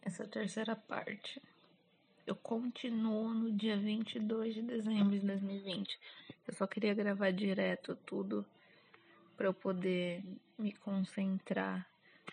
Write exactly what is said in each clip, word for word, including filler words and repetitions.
essa terceira parte. Eu continuo no dia vinte e dois de dezembro de dois mil e vinte. Eu só queria gravar direto tudo pra eu poder me concentrar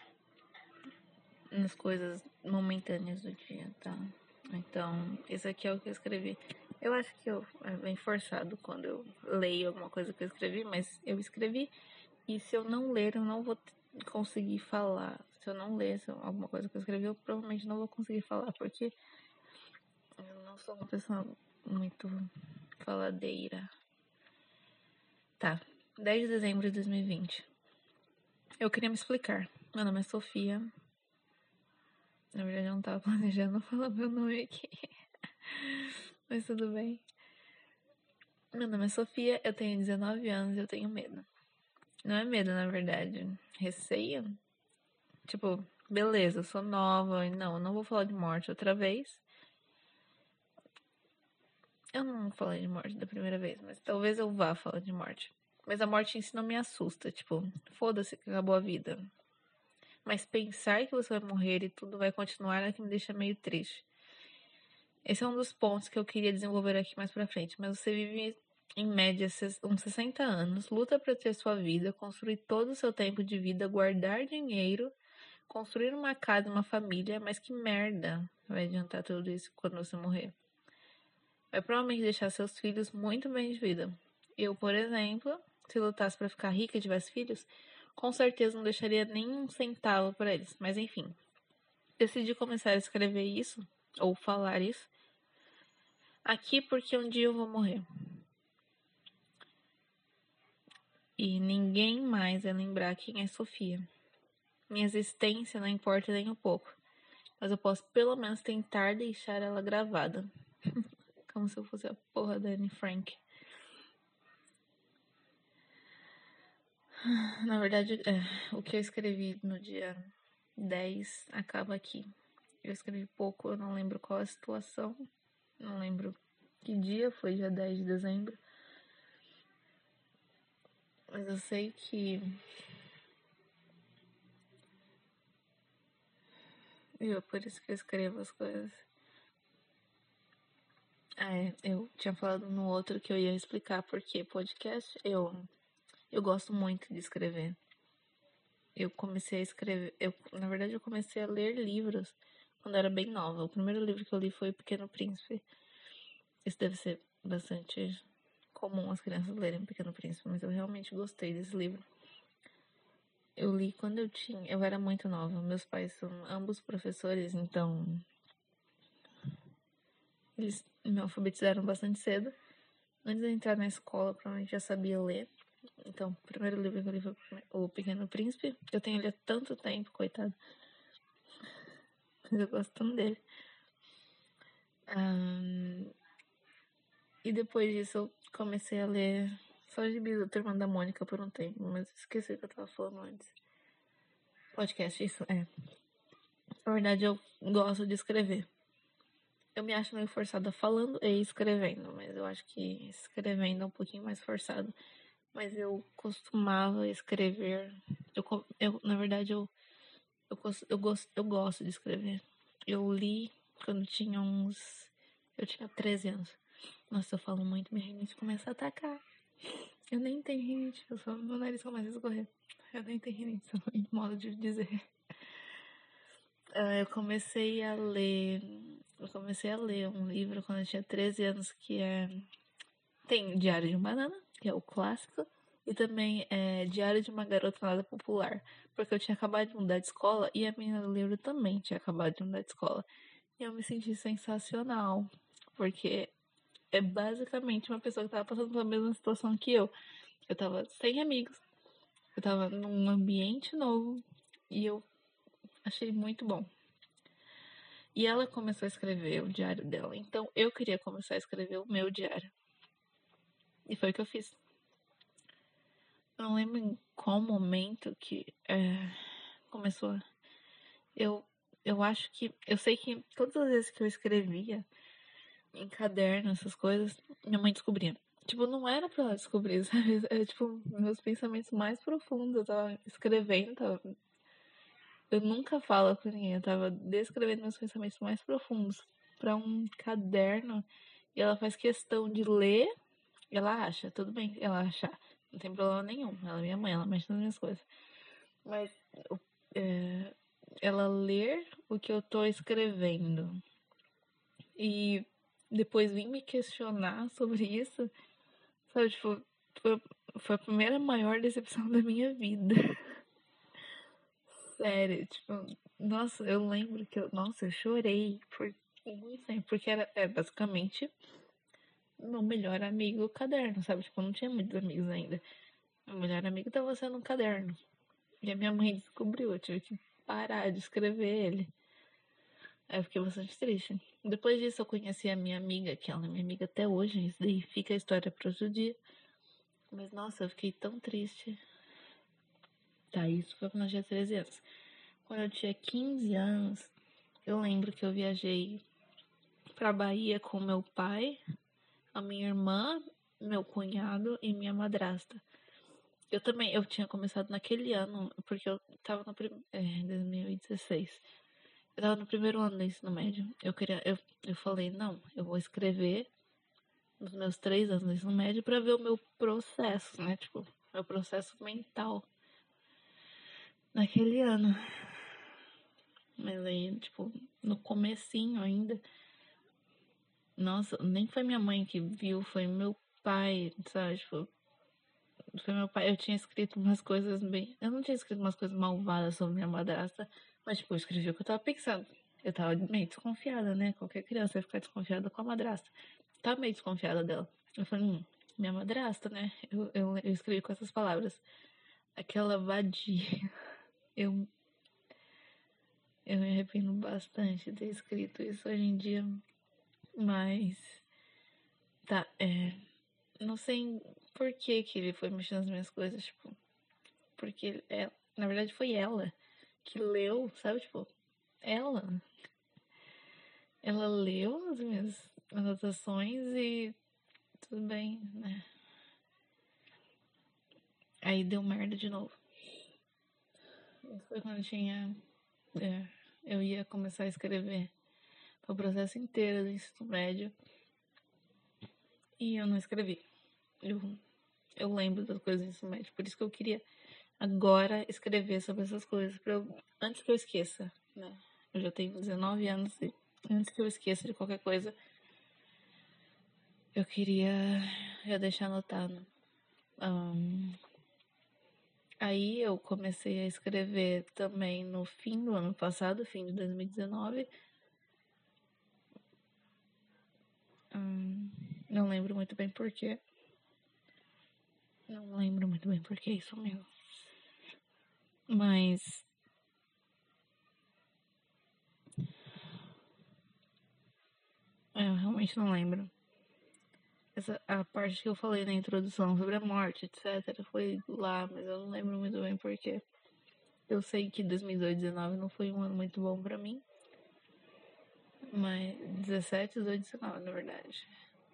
nas coisas momentâneas do dia, tá? Então, esse aqui é o que eu escrevi. Eu acho que eu, é bem forçado quando eu leio alguma coisa que eu escrevi, mas eu escrevi e se eu não ler, eu não vou conseguir falar. Se eu não ler alguma coisa que eu escrevi, eu provavelmente não vou conseguir falar, porque eu não sou uma pessoa muito faladeira. Tá, dez de dezembro de dois mil e vinte. Eu queria me explicar. Meu nome é Sofia. Na verdade, eu não tava planejando falar meu nome aqui. Mas tudo bem. Meu nome é Sofia, eu tenho dezenove anos e eu tenho medo. Não é medo, na verdade. Receio. Tipo, beleza, eu sou nova. Não, eu não vou falar de morte outra vez. Eu não falei de morte da primeira vez, mas talvez eu vá falar de morte. Mas a morte em si não me assusta. Tipo, foda-se que acabou a vida. Mas pensar que você vai morrer e tudo vai continuar é que me deixa meio triste. Esse é um dos pontos que eu queria desenvolver aqui mais pra frente. Mas você vive, em média, uns sessenta anos, luta pra ter sua vida, construir todo o seu tempo de vida, guardar dinheiro, construir uma casa, uma família, mas que merda vai adiantar tudo isso quando você morrer? Vai provavelmente deixar seus filhos muito bem de vida. Eu, por exemplo, se lutasse pra ficar rica e tivesse filhos, com certeza não deixaria nem um centavo pra eles. Mas enfim, decidi começar a escrever isso, ou falar isso, aqui porque um dia eu vou morrer. E ninguém mais vai lembrar quem é Sofia. Minha existência não importa nem um pouco. Mas eu posso pelo menos tentar deixar ela gravada. Como se eu fosse a porra da Anne Frank. Na verdade, é, o que eu escrevi no dia dez acaba aqui. Eu escrevi pouco, eu não lembro qual a situação. Não lembro que dia foi, dia dez de dezembro. Mas eu sei que... Viu? Por isso que eu escrevo as coisas. Ah, é. Eu tinha falado no outro que eu ia explicar porque podcast, eu, eu gosto muito de escrever. Eu comecei a escrever... Eu, na verdade, eu comecei a ler livros quando eu era bem nova. O primeiro livro que eu li foi O Pequeno Príncipe. Isso deve ser bastante comum as crianças lerem O Pequeno Príncipe, mas eu realmente gostei desse livro. Eu li quando eu tinha... Eu era muito nova. Meus pais são ambos professores, então... Eles me alfabetizaram bastante cedo. Antes de eu entrar na escola, provavelmente já sabia ler. Então, o primeiro livro que eu li foi O Pequeno Príncipe. Eu tenho ele há tanto tempo, coitado. Mas eu gosto tanto dele. Um... E depois disso, eu comecei a ler só gibis da Turma da Mônica por um tempo. Mas esqueci o que eu tava falando antes. Podcast, isso é. Na verdade, eu gosto de escrever. Eu me acho meio forçada falando e escrevendo, mas eu acho que escrevendo é um pouquinho mais forçado. Mas eu costumava escrever. Eu, eu na verdade, eu, eu, eu, gosto, eu gosto de escrever. Eu li quando tinha uns. Eu tinha treze anos. Nossa, eu falo muito, minha rinite começa a atacar. Eu nem tenho rinite, eu só, meu nariz começa a escorrer. Eu nem tenho rinite, só em modo de dizer. Uh, eu comecei a ler. Eu comecei a ler um livro quando eu tinha treze anos que é. Tem Diário de uma Banana, que é o clássico, e também é Diário de uma Garota Nada Popular, porque eu tinha acabado de mudar de escola e a menina do livro também tinha acabado de mudar de escola. E eu me senti sensacional, porque é basicamente uma pessoa que tava passando pela mesma situação que eu. Eu tava sem amigos, eu tava num ambiente novo e eu achei muito bom. E ela começou a escrever o diário dela, então eu queria começar a escrever o meu diário. E foi o que eu fiz. Eu não lembro em qual momento que é, começou. Eu, eu acho que... Eu sei que todas as vezes que eu escrevia em caderno, essas coisas, minha mãe descobria. Tipo, não era pra ela descobrir, sabe? Era tipo meus pensamentos mais profundos. Eu tava escrevendo, tava... eu nunca falo com ninguém. Eu tava descrevendo meus pensamentos mais profundos pra um caderno. E ela faz questão de ler. Ela acha, tudo bem, ela acha. Não tem problema nenhum. Ela é minha mãe, ela mexe nas minhas coisas. Mas é, ela ler o que eu tô escrevendo e depois vir me questionar sobre isso, sabe, tipo, foi, foi a primeira maior decepção da minha vida. Sério, tipo, nossa, eu lembro que eu, nossa, eu chorei por muito tempo, porque era é, basicamente meu melhor amigo caderno, sabe? Tipo, eu não tinha muitos amigos ainda. Meu melhor amigo tava sendo um caderno. E a minha mãe descobriu, eu tive que parar de escrever ele. Aí eu fiquei bastante triste. Depois disso eu conheci a minha amiga, que ela é minha amiga até hoje, isso daí fica a história para outro dia. Mas nossa, eu fiquei tão triste. Tá, isso foi quando eu tinha treze anos. Quando eu tinha quinze anos, eu lembro que eu viajei pra Bahia com meu pai, a minha irmã, meu cunhado e minha madrasta. Eu também, eu tinha começado naquele ano, porque eu tava no primeiro, é, dois mil e dezesseis. Eu tava no primeiro ano do ensino médio. Eu queria, eu, eu falei, não, eu vou escrever nos meus três anos do ensino médio pra ver o meu processo, né? Tipo, meu processo mental naquele ano. Mas aí, tipo, no comecinho ainda. Nossa, nem foi minha mãe que viu, foi meu pai, sabe? Tipo, foi meu pai. Eu tinha escrito umas coisas bem. Eu não tinha escrito umas coisas malvadas sobre minha madrasta, mas, tipo, eu escrevi o que eu tava pensando. Eu tava meio desconfiada, né? Qualquer criança vai ficar desconfiada com a madrasta. Tava meio desconfiada dela. Eu falei, hum, minha madrasta, né? Eu, eu, eu escrevi com essas palavras. Aquela vadia. Eu, eu me arrependo bastante de ter escrito isso hoje em dia, mas. Tá, é. Não sei por que que ele foi mexendo nas minhas coisas, tipo. Porque é, na verdade foi ela que leu, sabe? Tipo, ela. Ela leu as minhas anotações e tudo bem, né? Aí deu merda de novo. Isso foi quando eu tinha. É, eu ia começar a escrever o processo inteiro do ensino médio e eu não escrevi. Eu, eu lembro das coisas do ensino médio, por isso que eu queria agora escrever sobre essas coisas, pra eu, antes que eu esqueça, né? Eu já tenho dezenove anos e antes que eu esqueça de qualquer coisa, eu queria já deixar anotado. Um, aí eu comecei a escrever também no fim do ano passado, fim de dois mil e dezenove. Hum, não lembro muito bem porquê. Não lembro muito bem porquê isso mesmo. Mas. É, eu realmente não lembro. Essa, a parte que eu falei na introdução sobre a morte, etcétera, foi lá, mas eu não lembro muito bem porquê. Eu sei que dois mil e dezenove não foi um ano muito bom pra mim. Mas. dezessete, dezoito, dezenove, na verdade.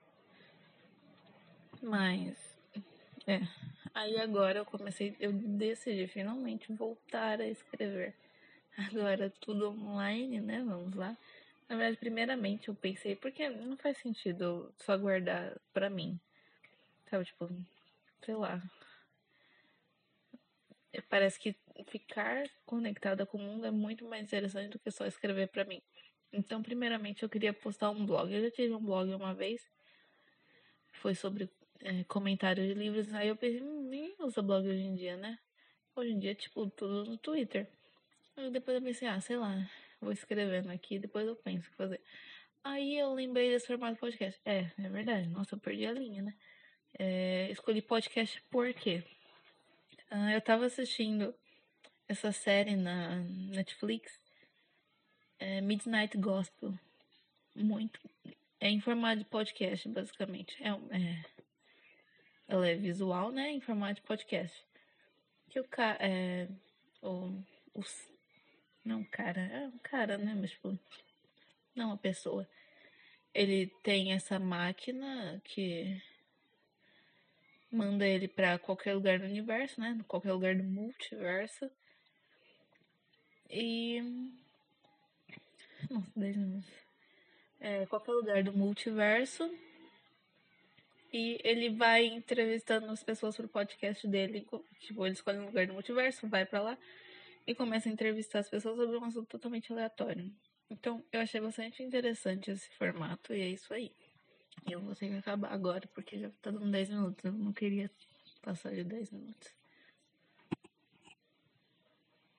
Mas. É. Aí agora eu comecei. Eu decidi finalmente voltar a escrever. Agora tudo online, né? Vamos lá. Na verdade, primeiramente eu pensei, porque não faz sentido só guardar pra mim. Sabe, tipo, sei lá. Parece que ficar conectada com o mundo é muito mais interessante do que só escrever pra mim. Então, primeiramente, eu queria postar um blog. Eu já tive um blog uma vez. Foi sobre é, comentários de livros. Aí eu pensei, hum, ninguém usa blog hoje em dia, né? Hoje em dia, tipo, tudo no Twitter. Aí depois eu pensei, ah, sei lá, vou escrevendo aqui, depois eu penso o que fazer. Aí eu lembrei desse formato podcast. É, é verdade. Nossa, eu perdi a linha, né? É, escolhi podcast por quê? Ah, eu tava assistindo essa série na Netflix, é Midnight Gospel. Muito. É em formato de podcast, basicamente. É, é, ela é visual, né? Em formato de podcast. Que o cara. É, o, o, não, cara. É um cara, né? Mas, tipo. Não uma pessoa. Ele tem essa máquina que manda ele pra qualquer lugar do universo, né? Qualquer lugar do multiverso. E. Nossa, dez minutos. É, qualquer lugar do multiverso. E ele vai entrevistando as pessoas pro podcast dele. Tipo, ele escolhe um lugar do multiverso, vai pra lá e começa a entrevistar as pessoas sobre um assunto totalmente aleatório. Então, eu achei bastante interessante esse formato e é isso aí. Eu vou ter que acabar agora, porque já tá dando dez minutos. Eu não queria passar de dez minutos.